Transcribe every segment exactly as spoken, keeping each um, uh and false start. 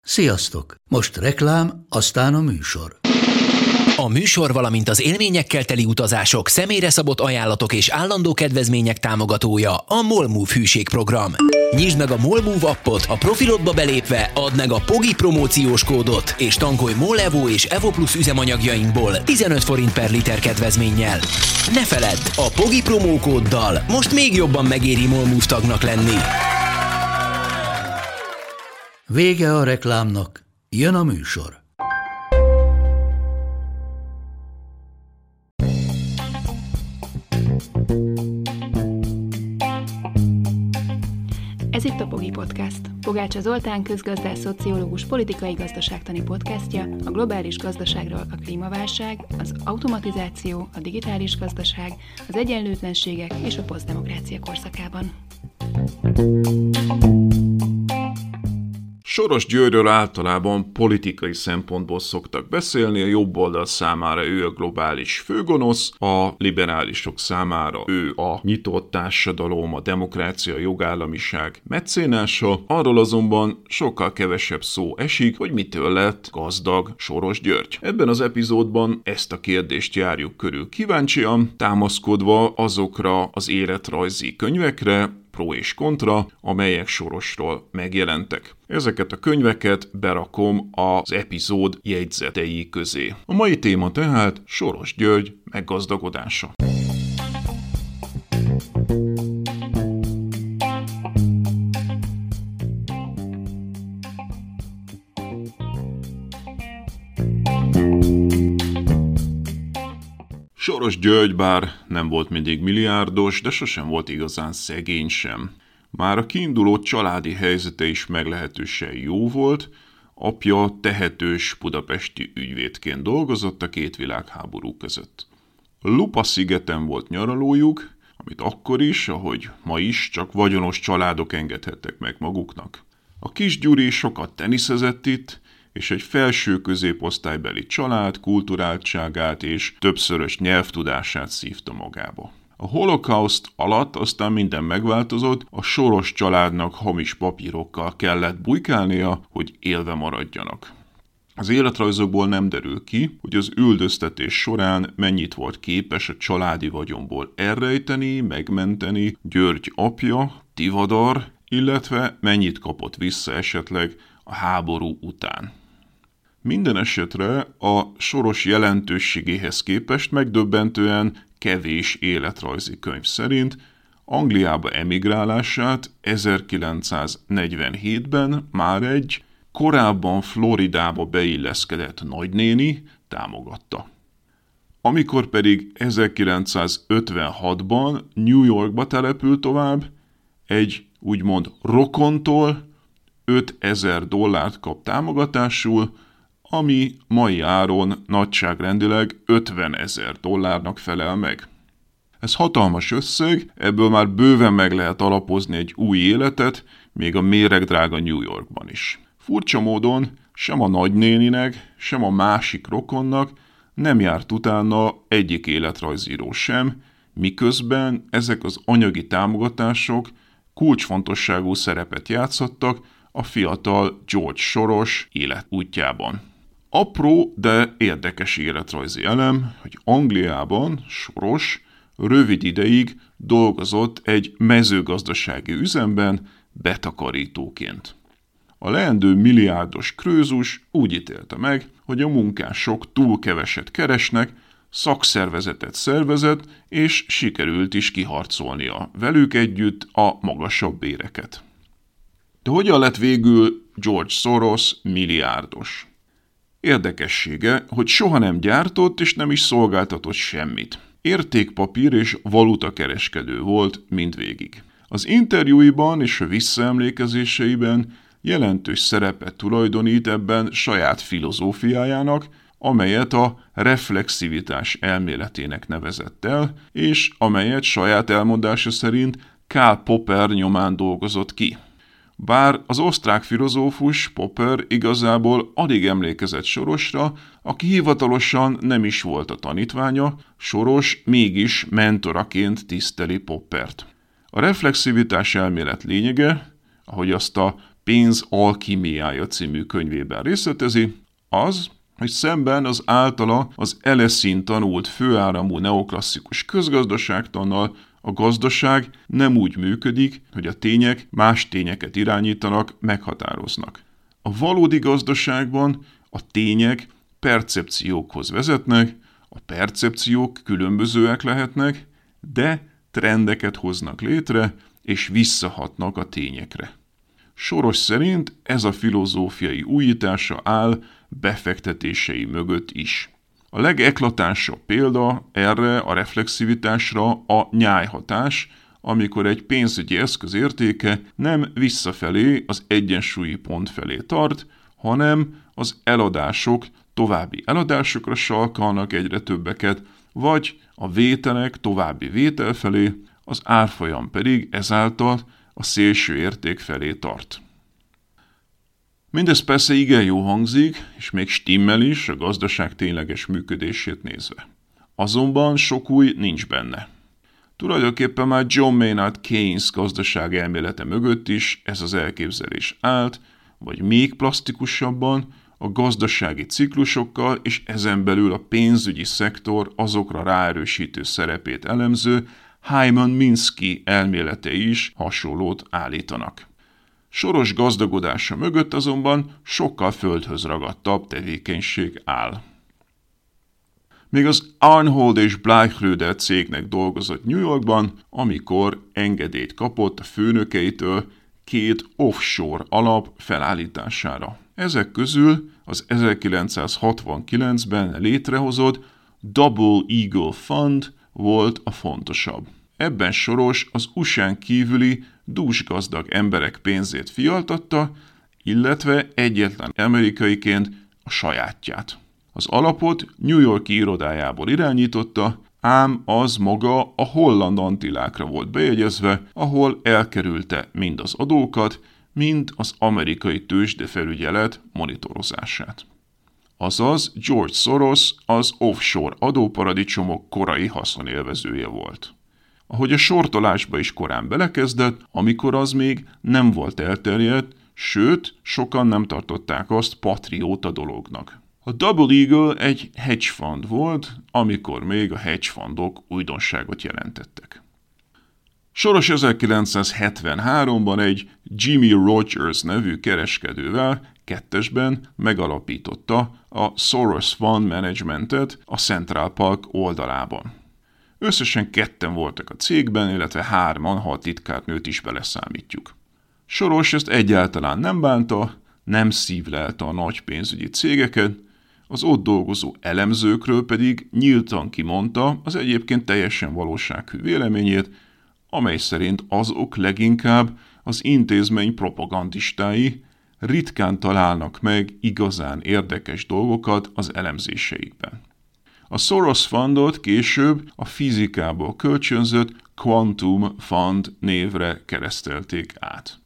Sziasztok! Most reklám, aztán a műsor. A műsor, valamint az élményekkel teli utazások, személyre szabott ajánlatok és állandó kedvezmények támogatója a MOLMOVE hűségprogram. Nyisd meg a MOLMOVE appot, a profilodba belépve add meg a Pogi promóciós kódot, és tankolj MOL Evo és Evo Plus üzemanyagjainkból tizenöt forint per liter kedvezménnyel. Ne feledd, a Pogi promókóddal most még jobban megéri MOLMOVE tagnak lenni. Vége a reklámnak, jön a műsor. Ez itt a Pogi Podcast. Pogácsa Zoltán közgazdász, szociológus, politikai gazdaságtani podcastja a globális gazdaságról, a klímaválság, az automatizáció, a digitális gazdaság, az egyenlőtlenségek és a posztdemokrácia korszakában. Soros Györgyről általában politikai szempontból szoktak beszélni, a jobb oldal számára ő a globális főgonosz, a liberálisok számára ő a nyitott társadalom, a demokrácia, a jogállamiság mecénása, arról azonban sokkal kevesebb szó esik, hogy mitől lett gazdag Soros György. Ebben az epizódban ezt a kérdést járjuk körül kíváncsian, támaszkodva azokra az életrajzi könyvekre, pro és kontra, amelyek Sorosról megjelentek. Ezeket a könyveket berakom az epizód jegyzetei közé. A mai téma tehát Soros György meggazdagodása. Soros György bár nem volt mindig milliárdos, de sosem volt igazán szegény sem. Már a kiinduló családi helyzete is meglehetősen jó volt, apja tehetős budapesti ügyvédként dolgozott a két világháború között. Lupa-szigeten volt nyaralójuk, amit akkor is, ahogy ma is, csak vagyonos családok engedhettek meg maguknak. A kis Gyuri sokat teniszezett itt, és egy felső középosztálybeli család kulturáltságát és többszörös nyelvtudását szívta magába. A holokauszt alatt aztán minden megváltozott, a Soros családnak hamis papírokkal kellett bujkálnia, hogy élve maradjanak. Az életrajzokból nem derül ki, hogy az üldöztetés során mennyit volt képes a családi vagyonból elrejteni, megmenteni György apja, Tivadar, illetve mennyit kapott vissza esetleg a háború után. Minden esetre a Soros jelentőségéhez képest megdöbbentően kevés életrajzi könyv szerint Angliába emigrálását ezerkilencszáznegyvenhétben már egy korábban Floridába beilleszkedett nagynéni támogatta. Amikor pedig ezerkilencszázötvenhatban New Yorkba települt tovább, egy úgymond rokontól ötezer dollárt kap támogatásul, ami mai áron nagyságrendileg ötvenezer dollárnak felel meg. Ez hatalmas összeg, ebből már bőven meg lehet alapozni egy új életet, még a méregdrága New Yorkban is. Furcsa módon sem a nagynéninek, sem a másik rokonnak nem járt utána egyik életrajzíró sem, miközben ezek az anyagi támogatások kulcsfontosságú szerepet játszottak a fiatal George Soros életútjában. Apró, de érdekes életrajzi elem, hogy Angliában Soros rövid ideig dolgozott egy mezőgazdasági üzemben betakarítóként. A leendő milliárdos krőzus úgy ítélte meg, hogy a munkások túl keveset keresnek, szakszervezetet szervezett, és sikerült is kiharcolnia velük együtt a magasabb béreket. De hogyan lett végül George Soros milliárdos? Érdekessége, hogy soha nem gyártott és nem is szolgáltatott semmit. Értékpapír és valutakereskedő volt mindvégig. Az interjúiban és a visszaemlékezéseiben jelentős szerepet tulajdonít ebben saját filozófiájának, amelyet a reflexivitás elméletének nevezett el, és amelyet saját elmondása szerint Karl Popper nyomán dolgozott ki. Bár az osztrák filozófus Popper igazából alig emlékezett Sorosra, aki hivatalosan nem is volt a tanítványa, Soros mégis mentoraként tiszteli Poppert. A reflexivitás elmélet lényege, ahogy azt a Pénz alkímiája című könyvében részletezi, az, hogy szemben az általa az eleszín tanult főáramú neoklasszikus közgazdaságtannal a gazdaság nem úgy működik, hogy a tények más tényeket irányítanak, meghatároznak. A valódi gazdaságban a tények percepciókhoz vezetnek, a percepciók különbözőek lehetnek, de trendeket hoznak létre, és visszahatnak a tényekre. Soros szerint ez a filozófiai újítása áll befektetései mögött is. A legeklatánsabb példa erre a reflexivitásra a nyájhatás, amikor egy pénzügyi eszköz értéke nem visszafelé az egyensúlyi pont felé tart, hanem az eladások további eladásokra sarkalnak egyre többeket, vagy a vételek további vétel felé, az árfolyam pedig ezáltal a szélső érték felé tart. Mindez persze igen jó hangzik, és még stimmel is a gazdaság tényleges működését nézve. Azonban sok új nincs benne. Tulajdonképpen már John Maynard Keynes gazdaság elmélete mögött is ez az elképzelés állt, vagy még plastikusabban a gazdasági ciklusokkal és ezen belül a pénzügyi szektor azokra ráerősítő szerepét elemző Hyman Minsky elméletei is hasonlót állítanak. Soros gazdagodása mögött azonban sokkal földhöz ragadtabb tevékenység áll. Még az Arnold és Bleichroeder cégnek dolgozott New Yorkban, amikor engedélyt kapott a főnökeitől két offshore alap felállítására. Ezek közül az ezerkilencszázhatvankilencben létrehozott Double Eagle Fund volt a fontosabb. Ebben Soros az u es á-n kívüli dúsgazdag emberek pénzét fialtatta, illetve egyetlen amerikaiként a sajátját. Az alapot New York-i irodájából irányította, ám az maga a holland antillákra volt bejegyezve, ahol elkerülte mind az adókat, mind az amerikai tőzsdefelügyelet monitorozását. Azaz George Soros az offshore adóparadicsomok korai haszonélvezője volt. Ahogy a sortolásba is korán belekezdett, amikor az még nem volt elterjedt, sőt, sokan nem tartották azt patrióta dolognak. A Double Eagle egy hedge fund volt, amikor még a hedge fundok újdonságot jelentettek. Soros ezerkilencszázhetvenháromban egy Jimmy Rogers nevű kereskedővel kettesben megalapította a Soros Fund Managementet a Central Park oldalában. Összesen ketten voltak a cégben, illetve hárman, ha a titkárnőt is beleszámítjuk. Soros ezt egyáltalán nem bánta, nem szívlelte a nagy pénzügyi cégeket, az ott dolgozó elemzőkről pedig nyíltan kimondta az egyébként teljesen valósághű véleményét, amely szerint azok leginkább az intézmény propagandistái ritkán találnak meg igazán érdekes dolgokat az elemzéseikben. A Soros Fundot később a fizikából kölcsönzött Quantum Fund névre keresztelték át.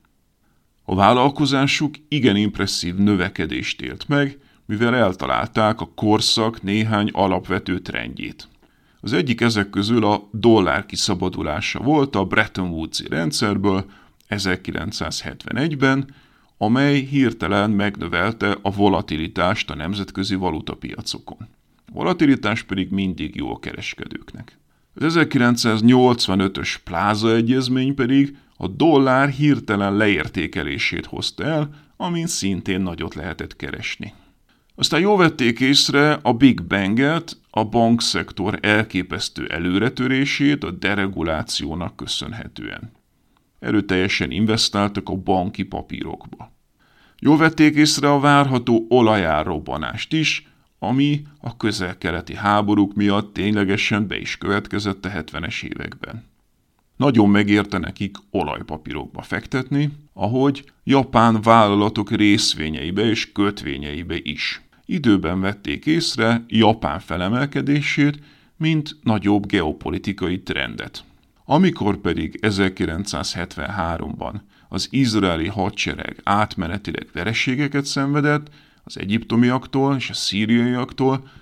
A vállalkozásuk igen impresszív növekedést élt meg, mivel eltalálták a korszak néhány alapvető trendjét. Az egyik ezek közül a dollár kiszabadulása volt a Bretton Woods-i rendszerből ezerkilencszázhetvenegyben, amely hirtelen megnövelte a volatilitást a nemzetközi valutapiacokon. A volatilitás pedig mindig jó a kereskedőknek. Az ezerkilencszáznyolcvanötös Plaza egyezmény pedig a dollár hirtelen leértékelését hozta el, amin szintén nagyot lehetett keresni. Aztán jól vették észre a Big Banget, a bankszektor elképesztő előretörését a deregulációnak köszönhetően. Erőteljesen investáltak a banki papírokba. Jól vették észre a várható olajárrobbanást is, ami a közel-keleti háborúk miatt ténylegesen be is következett a hetvenes években. Nagyon megérte nekik olajpapírokba fektetni, ahogy japán vállalatok részvényeibe és kötvényeibe is. Időben vették észre Japán felemelkedését, mint nagyobb geopolitikai trendet. Amikor pedig ezerkilencszázhetvenháromban az izraeli hadsereg átmenetileg vereségeket szenvedett az egyiptomiaktól és a szíriaiaktól,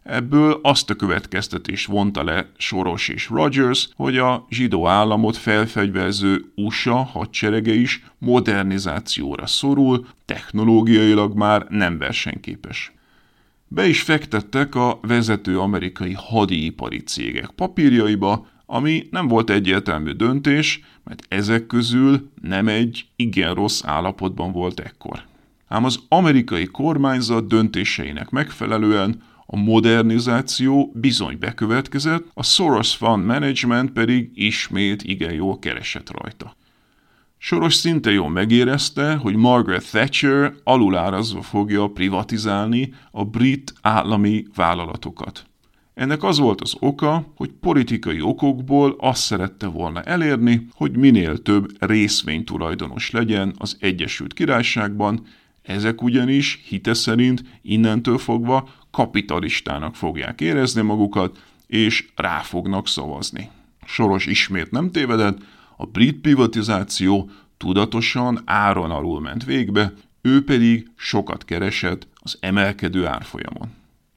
Ebből azt a következtetést vonta le Soros és Rogers, hogy a zsidó államot felfegyverző u es á hadserege is modernizációra szorul, technológiailag már nem versenyképes. Be is fektettek a vezető amerikai hadipari cégek papírjaiba, ami nem volt egyértelmű döntés, mert ezek közül nem egy igen rossz állapotban volt ekkor. Ám az amerikai kormányzat döntéseinek megfelelően a modernizáció bizony bekövetkezett, a Soros Fund Management pedig ismét igen jól keresett rajta. Soros szinte jól megérezte, hogy Margaret Thatcher alulárazva fogja privatizálni a brit állami vállalatokat. Ennek az volt az oka, hogy politikai okokból azt szerette volna elérni, hogy minél több részvénytulajdonos legyen az Egyesült Királyságban, ezek ugyanis hite szerint innentől fogva kapitalistának fogják érezni magukat, és rá fognak szavazni. Soros ismét nem tévedett, a brit privatizáció tudatosan áron alul ment végbe, ő pedig sokat keresett az emelkedő árfolyamon.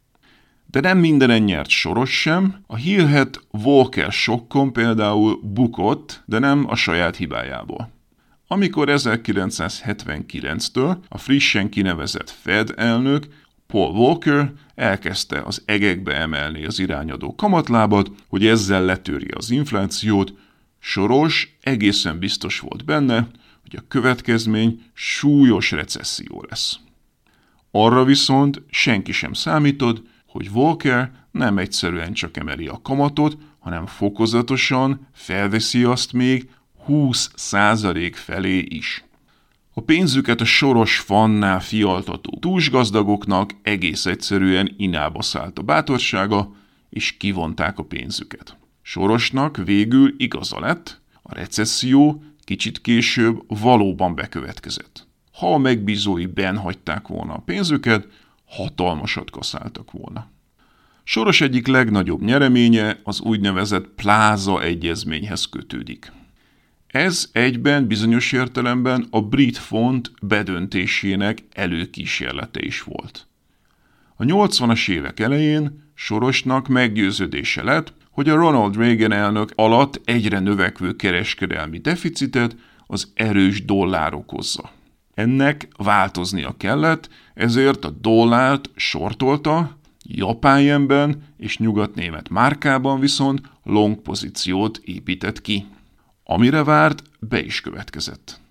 De nem mindenen nyert Soros sem, a hírhedt Volcker sokkon például bukott, de nem a saját hibájából. Amikor ezerkilencszázhetvenkilenctől a frissen kinevezett Fed elnök Paul Volcker elkezdte az egekbe emelni az irányadó kamatlábat, hogy ezzel letörje az inflációt, Soros egészen biztos volt benne, hogy a következmény súlyos recesszió lesz. Arra viszont senki sem számított, hogy Volcker nem egyszerűen csak emeli a kamatot, hanem fokozatosan felveszi azt még húsz százalék felé is. A pénzüket a Soros Fundnál fialtató túlsgazdagoknak egész egyszerűen inába szállt a bátorsága, és kivonták a pénzüket. Sorosnak végül igaza lett, a recesszió kicsit később valóban bekövetkezett. Ha a megbízói bennhagyták volna a pénzüket, hatalmasat kaszáltak volna. Soros egyik legnagyobb nyereménye az úgynevezett Plaza egyezményhez kötődik. Ez egyben bizonyos értelemben a brit font bedöntésének előkísérlete is volt. A nyolcvanas évek elején Sorosnak meggyőződése lett, hogy a Ronald Reagan elnök alatt egyre növekvő kereskedelmi deficitet az erős dollár okozza. Ennek változnia kellett, ezért a dollárt sortolta, japán jenben és nyugatnémet márkában viszont long pozíciót épített ki. Amire várt, be is következett.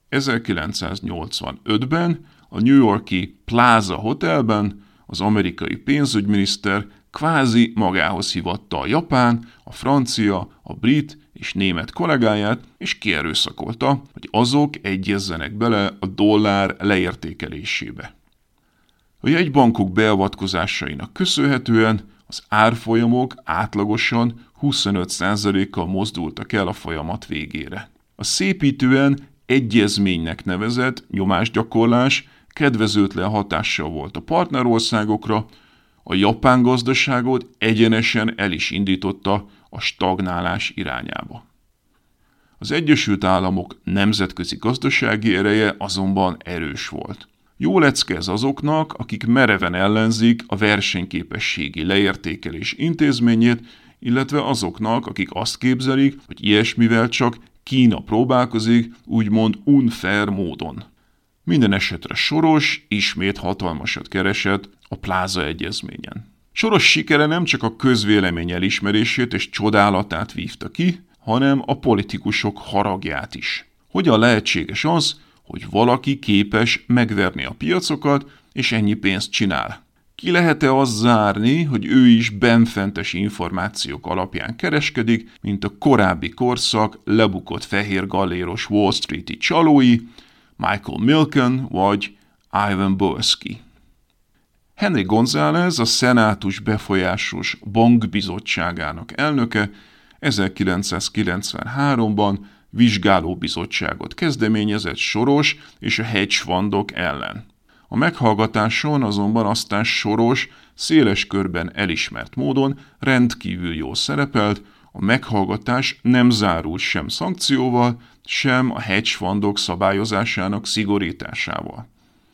ezerkilencszáznyolcvanötben a New York-i Plaza Hotelben az amerikai pénzügyminiszter kvázi magához hívatta a japán, a francia, a brit és német kollégáját, és kierőszakolta, hogy azok egyezzenek bele a dollár leértékelésébe. A jegybankok beavatkozásainak köszönhetően az árfolyamok átlagosan huszonöt százalékkal mozdultak el a folyamat végére. A szépítően egyezménynek nevezett nyomásgyakorlás kedvezőtlen hatással volt a partnerországokra, a japán gazdaságot egyenesen el is indította a stagnálás irányába. Az Egyesült Államok nemzetközi gazdasági ereje azonban erős volt. Jó lecke ez azoknak, akik mereven ellenzik a versenyképességi leértékelés intézményét, illetve azoknak, akik azt képzelik, hogy ilyesmivel csak Kína próbálkozik, úgymond unfair módon. Minden esetre Soros ismét hatalmasat keresett a Plaza egyezményen. Soros sikere nem csak a közvélemény elismerését és csodálatát vívta ki, hanem a politikusok haragját is. Hogyan lehetséges az, hogy valaki képes megverni a piacokat, és ennyi pénzt csinál? Ki lehet-e azt zárni, hogy ő is benfentes információk alapján kereskedik, mint a korábbi korszak lebukott fehér galléros Wall Street-i csalói, Michael Milken vagy Ivan Boesky? Henry González, a szenátus befolyásos bankbizottságának elnöke ezerkilencszázkilencvenháromban vizsgálóbizottságot kezdeményezett Soros és a hedge fundok ellen. A meghallgatáson azonban aztán Soros széles körben elismert módon rendkívül jól szerepelt, a meghallgatás nem zárult sem szankcióval, sem a hedge fundok szabályozásának szigorításával.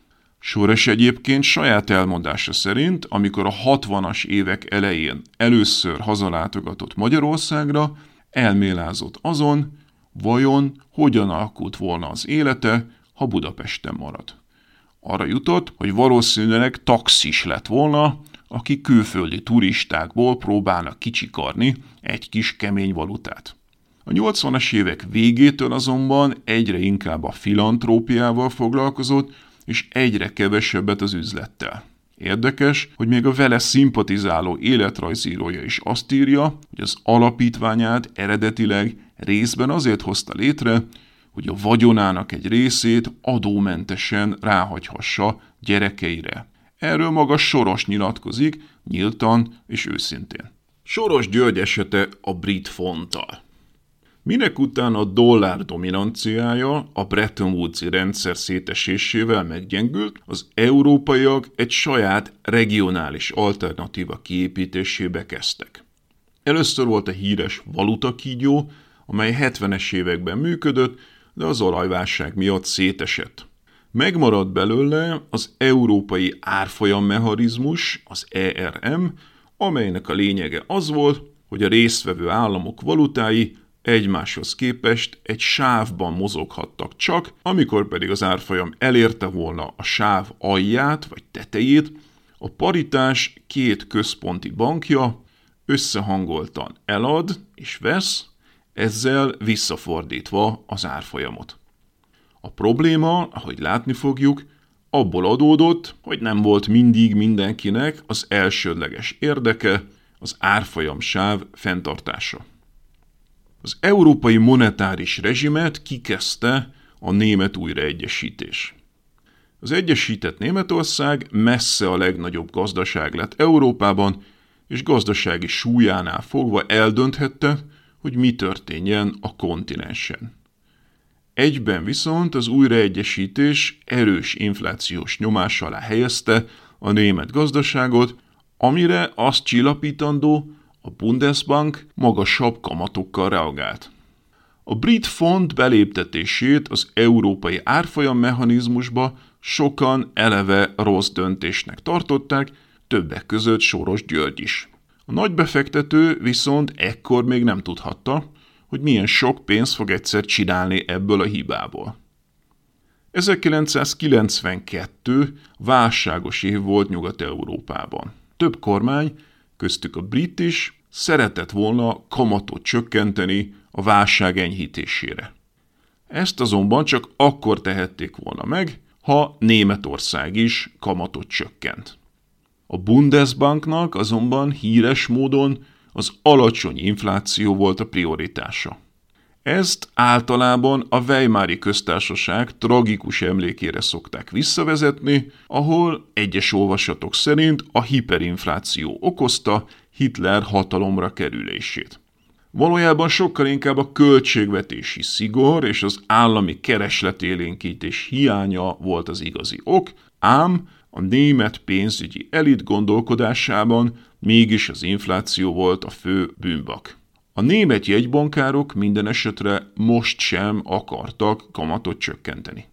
Soros egyébként saját elmondása szerint, amikor a hatvanas évek elején először hazalátogatott Magyarországra, elmélázott azon, vajon hogyan alakult volna az élete, ha Budapesten marad. Arra jutott, hogy valószínűleg taxis lett volna, aki külföldi turistákból próbálnak kicsikarni egy kis kemény valutát. A nyolcvanas évek végétől azonban egyre inkább a filantrópiával foglalkozott, és egyre kevesebbet az üzlettel. Érdekes, hogy még a vele szimpatizáló életrajzírója is azt írja, hogy az alapítványát eredetileg részben azért hozta létre, hogy a vagyonának egy részét adómentesen ráhagyhassa gyerekeire. Erről maga Soros nyilatkozik, nyíltan és őszintén. Soros György esete a brit fonttal. Minek után a dollár dominanciája a Bretton Woods-i rendszer szétesésével meggyengült, az európaiak egy saját regionális alternatíva kiépítésébe kezdtek. Először volt a híres valutakígyó, amely hetvenes években működött, de az olajválság miatt szétesett. Megmaradt belőle az európai árfolyammechanizmus, az E R M, amelynek a lényege az volt, hogy a résztvevő államok valutái egymáshoz képest egy sávban mozoghattak csak, amikor pedig az árfolyam elérte volna a sáv alját vagy tetejét, a paritás két központi bankja összehangoltan elad és vesz, ezzel visszafordítva az árfolyamot. A probléma, ahogy látni fogjuk, abból adódott, hogy nem volt mindig mindenkinek az elsődleges érdeke az árfolyamsáv fenntartása. Az európai monetáris rezsimet kikezdte a német újraegyesítés. Az egyesített Németország messze a legnagyobb gazdaság lett Európában, és gazdasági súlyánál fogva eldönthette, hogy mi történjen a kontinensen. Egyben viszont az újraegyesítés erős inflációs nyomás alá helyezte a német gazdaságot, amire azt csillapítandó, a Bundesbank magasabb kamatokkal reagált. A brit font beléptetését az európai árfolyammechanizmusba sokan eleve rossz döntésnek tartották, többek között Soros György is. A nagybefektető viszont ekkor még nem tudhatta, hogy milyen sok pénzt fog egyszer csinálni ebből a hibából. ezerkilencszázkilencvenkettő válságos év volt Nyugat-Európában. Több kormány, köztük a brit is, szeretett volna kamatot csökkenteni a válság enyhítésére. Ezt azonban csak akkor tehették volna meg, ha Németország is kamatot csökkent. A Bundesbanknak azonban híres módon az alacsony infláció volt a prioritása. Ezt általában a Weimari köztársaság tragikus emlékére szokták visszavezetni, ahol egyes olvasatok szerint a hiperinfláció okozta Hitler hatalomra kerülését. Valójában sokkal inkább a költségvetési szigor és az állami keresletélénkítés hiánya volt az igazi ok, ám a német pénzügyi elit gondolkodásában mégis az infláció volt a fő bűnbak. A német jegybankárok minden esetre most sem akartak kamatot csökkenteni.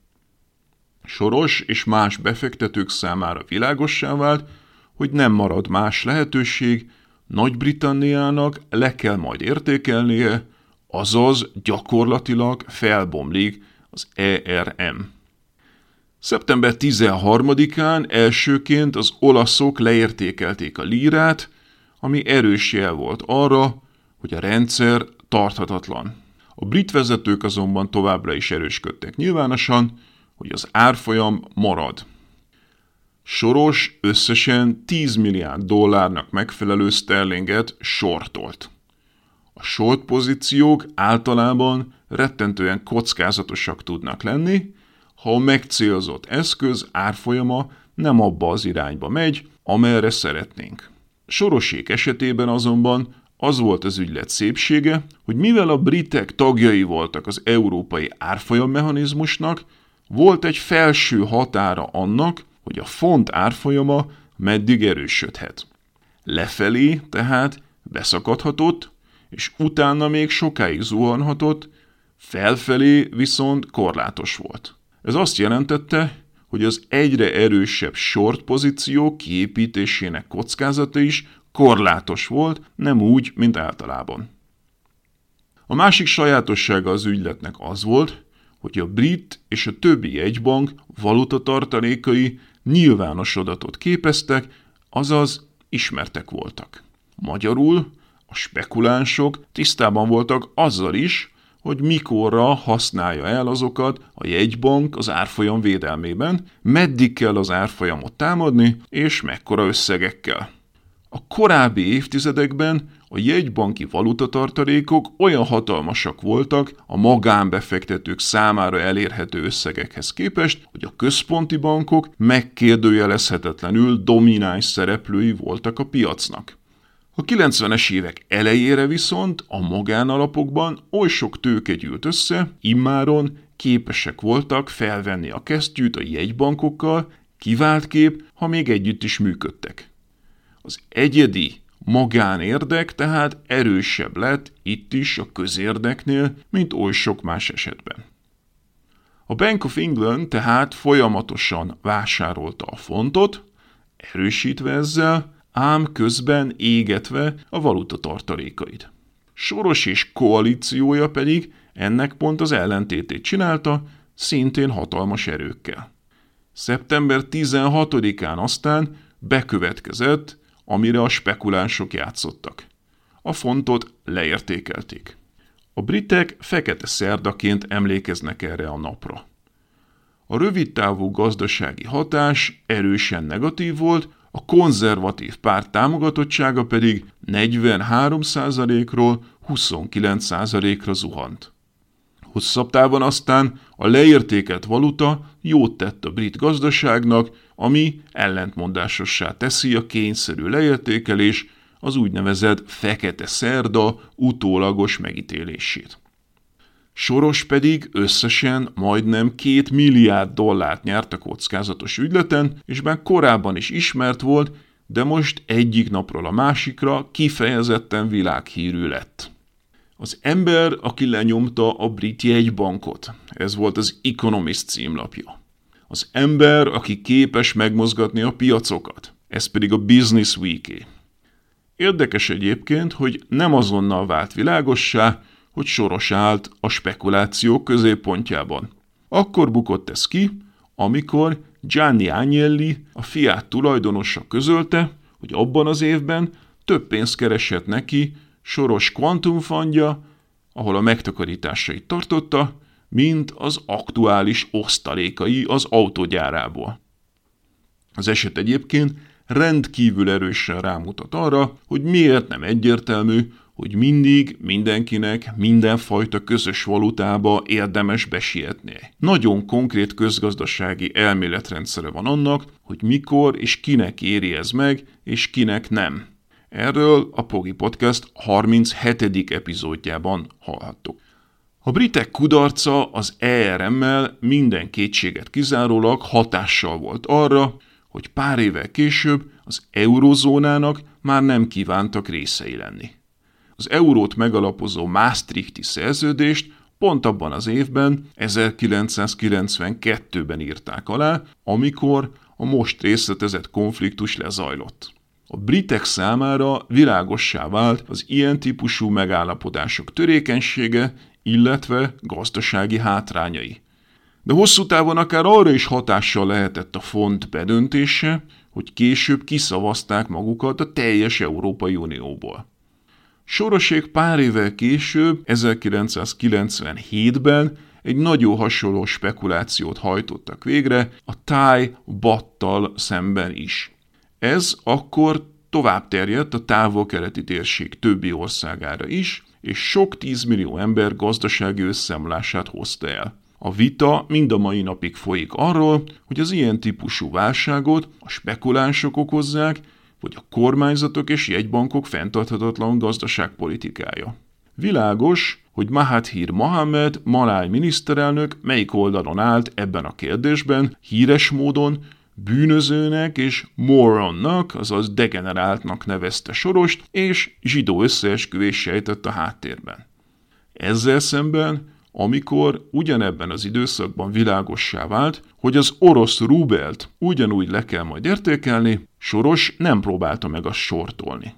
Soros és más befektetők számára világossá vált, hogy nem marad más lehetőség, Nagy-Britanniának le kell majd értékelnie, azaz gyakorlatilag felbomlik az E R M. szeptember tizenharmadikán elsőként az olaszok leértékelték a lírát, ami erős jel volt arra, hogy a rendszer tarthatatlan. A brit vezetők azonban továbbra is erősködtek nyilvánosan, hogy az árfolyam marad. Soros összesen tíz milliárd dollárnak megfelelő sterlinget shortolt. A short pozíciók általában rettentően kockázatosak tudnak lenni, ha a megcélzott eszköz árfolyama nem abba az irányba megy, amerre szeretnénk. Sorosék esetében azonban az volt az ügylet szépsége, hogy mivel a britek tagjai voltak az európai árfolyammechanizmusnak, volt egy felső határa annak, hogy a font árfolyama meddig erősödhet. Lefelé tehát beszakadhatott, és utána még sokáig zuhanhatott, felfelé viszont korlátos volt. Ez azt jelentette, hogy az egyre erősebb short pozíció kiépítésének kockázata is korlátos volt, nem úgy, mint általában. A másik sajátossága az ügyletnek az volt, hogy a brit és a többi jegybank valutatartalékai nyilvános adatot képeztek, azaz ismertek voltak. Magyarul a spekulánsok tisztában voltak azzal is, hogy mikorra használja el azokat a jegybank az árfolyam védelmében, meddig kell az árfolyamot támadni, és mekkora összegekkel. A korábbi évtizedekben a jegybanki valutatartalékok olyan hatalmasak voltak a magánbefektetők számára elérhető összegekhez képest, hogy a központi bankok megkérdőjelezhetetlenül domináns szereplői voltak a piacnak. A kilencvenes évek elejére viszont a magánalapokban oly sok tőke gyűlt össze, immáron képesek voltak felvenni a kesztyűt a jegybankokkal, kiváltképp, ha még együtt is működtek. Az egyedi magánérdek tehát erősebb lett itt is a közérdeknél, mint oly sok más esetben. A Bank of England tehát folyamatosan vásárolta a fontot, erősítve ezzel, ám közben égetve a valuta tartalékait. Soros és koalíciója pedig ennek pont az ellentétét csinálta, szintén hatalmas erőkkel. szeptember tizenhatodikán aztán bekövetkezett, amire a spekulánsok játszottak. A fontot leértékelték. A britek fekete szerdaként emlékeznek erre a napra. A rövidtávú gazdasági hatás erősen negatív volt, a konzervatív párt támogatottsága pedig negyvenhárom százalékról huszonkilenc százalékra zuhant. Hosszabb távon aztán a leértékelt valuta jót tett a brit gazdaságnak, ami ellentmondásossá teszi a kényszerű leértékelés, az úgynevezett fekete szerda utólagos megítélését. Soros pedig összesen majdnem két milliárd dollárt nyert a kockázatos ügyleten, és bár korábban is ismert volt, de most egyik napról a másikra kifejezetten világhírű lett. Az ember, aki lenyomta a brit jegybankot, ez volt az Economist címlapja. Az ember, aki képes megmozgatni a piacokat, ez pedig a Business Week-é. Érdekes egyébként, hogy nem azonnal vált világossá, hogy Soros állt a spekuláció középpontjában. Akkor bukott ez ki, amikor Gianni Agnelli, a Fiat tulajdonosa közölte, hogy abban az évben több pénzt keresett neki Soros Quantum Fundja, ahol a megtakarításait tartotta, mint az aktuális osztalékai az autógyárából. Az eset egyébként rendkívül erősen rámutat arra, hogy miért nem egyértelmű, hogy mindig mindenkinek mindenfajta közös valutába érdemes besietni. Nagyon konkrét közgazdasági elméletrendszere van annak, hogy mikor és kinek éri ez meg, és kinek nem. Erről a Pogi Podcast harminchetedik epizódjában hallhattuk. A britek kudarca az E R M-mel minden kétséget kizárólag hatással volt arra, hogy pár évvel később az eurozónának már nem kívántak részei lenni. Az eurót megalapozó Maastrichti szerződést pont abban az évben, ezerkilencszázkilencvenkettőben írták alá, amikor a most részletezett konfliktus lezajlott. A britek számára világossá vált az ilyen típusú megállapodások törékenysége, illetve gazdasági hátrányai. De hosszú távon akár arra is hatással lehetett a font bedöntése, hogy később kiszavazták magukat a teljes Európai Unióból. Sorosék pár évvel később, ezerkilencszázkilencvenhétben egy nagyon hasonló spekulációt hajtottak végre a Thai bahttal szemben is. Ez akkor tovább terjedt a távol-keleti térség többi országára is, és sok tízmillió ember gazdasági összeomlását hozta el. A vita mind a mai napig folyik arról, hogy az ilyen típusú válságot a spekulánsok okozzák, vagy a kormányzatok és jegybankok fenntarthatatlan gazdaságpolitikája. Világos, hogy Mahathir Mohamad, maláj miniszterelnök melyik oldalon állt ebben a kérdésben, híres módon bűnözőnek és moronnak, azaz degeneráltnak nevezte Sorost, és zsidó összeesküvés sejtett a háttérben. Ezzel szemben amikor ugyanebben az időszakban világossá vált, hogy az orosz rubelt ugyanúgy le kell majd értékelni, Soros nem próbálta meg azt sortolni.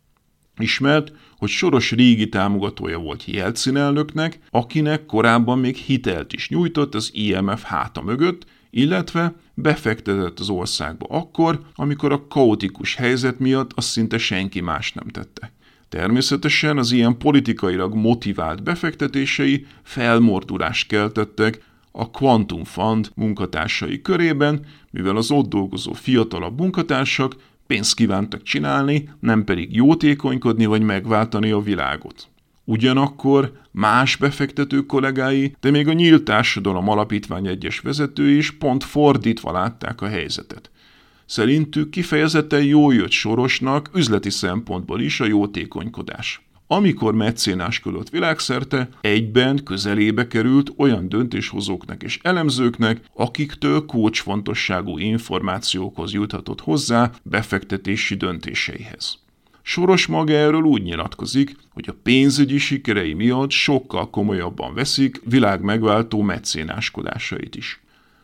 Ismert, hogy Soros régi támogatója volt Jelcin elnöknek, akinek korábban még hitelt is nyújtott az I M F háta mögött, illetve befektetett az országba akkor, amikor a kaotikus helyzet miatt azt szinte senki más nem tette. Természetesen az ilyen politikailag motivált befektetései felmordulást keltettek a Quantum Fund munkatársai körében, mivel az ott dolgozó fiatalabb munkatársak pénzt kívántak csinálni, nem pedig jótékonykodni vagy megváltani a világot. Ugyanakkor más befektető kollégái, de még a Nyílt Társadalom Alapítvány egyes vezetői is pont fordítva látták a helyzetet. Szerintük kifejezetten jól jött Sorosnak üzleti szempontból is a jótékonykodás. Amikor mecénáskodott világszerte, egyben közelébe került olyan döntéshozóknak és elemzőknek, akiktől kulcsfontosságú információkhoz juthatott hozzá befektetési döntéseihez. Soros maga erről úgy nyilatkozik, hogy a pénzügyi sikerei miatt sokkal komolyabban veszik világ megváltó mecénáskodásait is.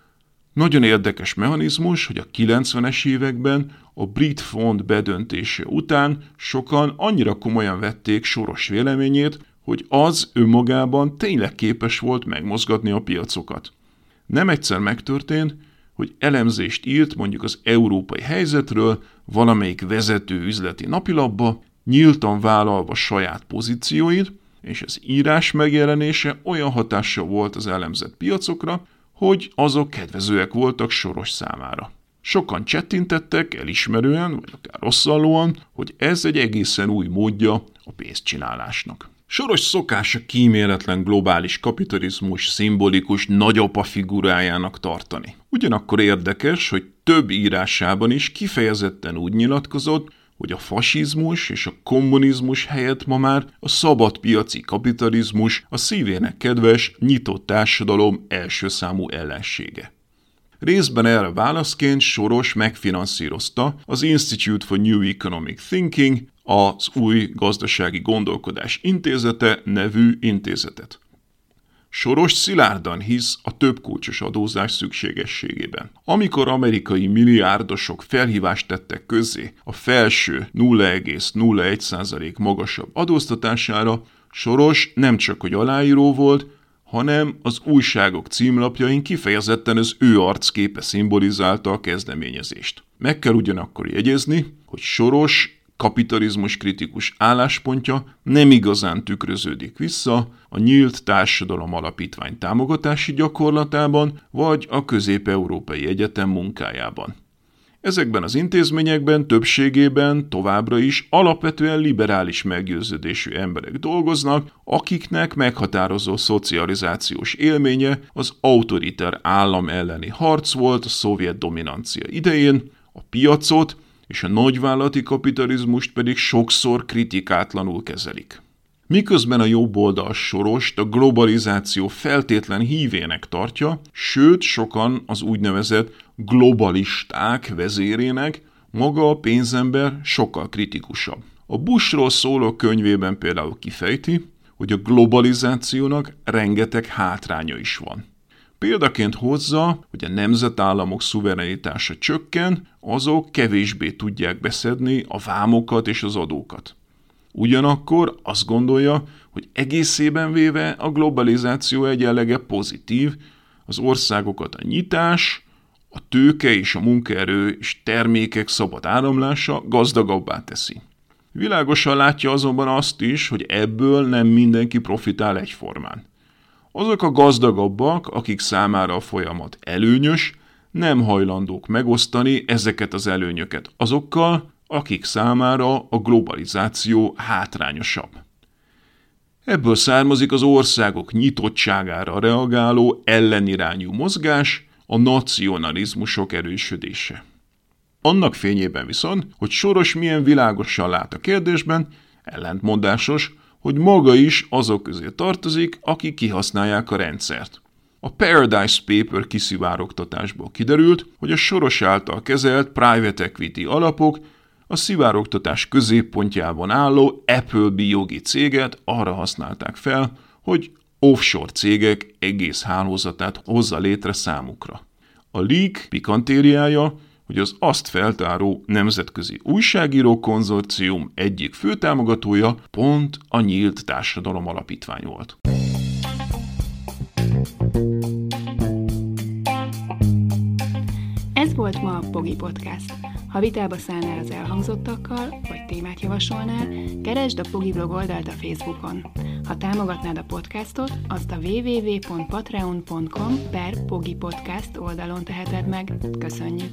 Nagyon érdekes mechanizmus, hogy a kilencvenes években a brit fond bedöntése után sokan annyira komolyan vették Soros véleményét, hogy az önmagában tényleg képes volt megmozgatni a piacokat. Nem egyszer megtörtént, hogy elemzést írt mondjuk az európai helyzetről valamelyik vezető üzleti napilapba, nyíltan vállalva saját pozícióit, és az írás megjelenése olyan hatással volt az elemzett piacokra, hogy azok kedvezőek voltak Soros számára. Sokan csettintettek elismerően, vagy akár rosszallóan, hogy ez egy egészen új módja a pénzcsinálásnak. Soros szokása kíméletlen globális kapitalizmus szimbolikus nagyapa figurájának tartani. Ugyanakkor érdekes, hogy több írásában is kifejezetten úgy nyilatkozott, hogy a fasizmus és a kommunizmus helyett ma már a szabadpiaci kapitalizmus a szívének kedves, nyitott társadalom első számú ellensége. Részben erre válaszként Soros megfinanszírozta az Institute for New Economic Thinking, az Új Gazdasági Gondolkodás Intézete nevű intézetet. Soros szilárdan hisz a többkulcsos adózás szükségességében. Amikor amerikai milliárdosok felhívást tettek közzé a felső nulla egész nulla egy százalék magasabb adóztatására, Soros nem csak hogy aláíró volt, hanem az újságok címlapjain kifejezetten az ő arcképe szimbolizálta a kezdeményezést. Meg kell ugyanakkor jegyezni, hogy Soros kapitalizmus kritikus álláspontja nem igazán tükröződik vissza a Nyílt Társadalom Alapítvány támogatási gyakorlatában vagy a Közép-Európai Egyetem munkájában. Ezekben az intézményekben többségében továbbra is alapvetően liberális meggyőződésű emberek dolgoznak, akiknek meghatározó szocializációs élménye az autoriter állam elleni harc volt a szovjet dominancia idején, a piacot és a nagyvállalati kapitalizmust pedig sokszor kritikátlanul kezelik. Miközben a jobb oldal Sorost a globalizáció feltétlen hívének tartja, sőt sokan az úgynevezett globalisták vezérének, maga a pénzember sokkal kritikusabb. A Bushról szóló könyvében például kifejti, hogy a globalizációnak rengeteg hátránya is van. Példaként hozza, hogy a nemzetállamok szuverenitása csökken, azok kevésbé tudják beszedni a vámokat és az adókat. Ugyanakkor azt gondolja, hogy egészében véve a globalizáció egy jellege pozitív, az országokat a nyitás, a tőke és a munkaerő és termékek szabad áramlása gazdagabbá teszi. Világosan látja azonban azt is, hogy ebből nem mindenki profitál egyformán. Azok a gazdagabbak, akik számára a folyamat előnyös, nem hajlandók megosztani ezeket az előnyöket azokkal, akik számára a globalizáció hátrányosabb. Ebből származik az országok nyitottságára reagáló ellenirányú mozgás, a nacionalizmusok erősödése. Annak fényében viszont, hogy Soros milyen világosan lát a kérdésben, ellentmondásos, hogy maga is azok közé tartozik, akik kihasználják a rendszert. A Paradise Paper kiszivárogtatásból kiderült, hogy a Soros által kezelt private equity alapok a szivárogtatás középpontjában álló Appleby jogi céget arra használták fel, hogy offshore cégek egész hálózatát hozza létre számukra. A leak pikantériája, hogy az azt feltáró nemzetközi újságíró konzorcium egyik főtámogatója pont a Nyílt Társadalom Alapítvány volt. Ez volt ma a Pogi Podcast. Ha vitába szállnál az elhangzottakkal, vagy témát javasolnál, keresd a Pogi blog oldalt a Facebookon. Ha támogatnád a podcastot, azt a double-u double-u double-u pont patreon pont com per Pogi Podcast oldalon teheted meg. Köszönjük!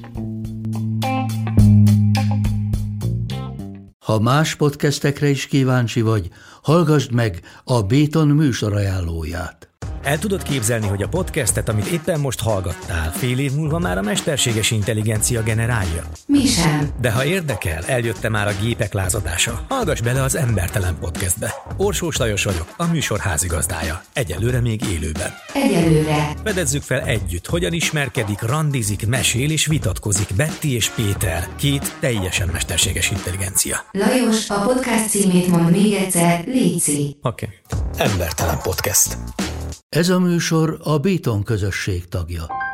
Ha más podcastekre is kíváncsi vagy, hallgassd meg a Béton műsor ajánlóját. El tudod képzelni, hogy a podcastet, amit éppen most hallgattál, fél év múlva már a mesterséges intelligencia generálja? Mi sem. De ha érdekel, eljött már a gépek lázadása. Hallgass bele az Embertelen Podcastbe. Orsós Lajos vagyok, a műsor házigazdája. Egyelőre még élőben. Egyelőre. Fedezzük fel együtt, hogyan ismerkedik, randizik, mesél és vitatkozik Betty és Péter, két teljesen mesterséges intelligencia. Lajos, a podcast címét mond még egyszer, léci. Oké. Okay. Embertelen Podcast. Ez a műsor a Béton közösség tagja.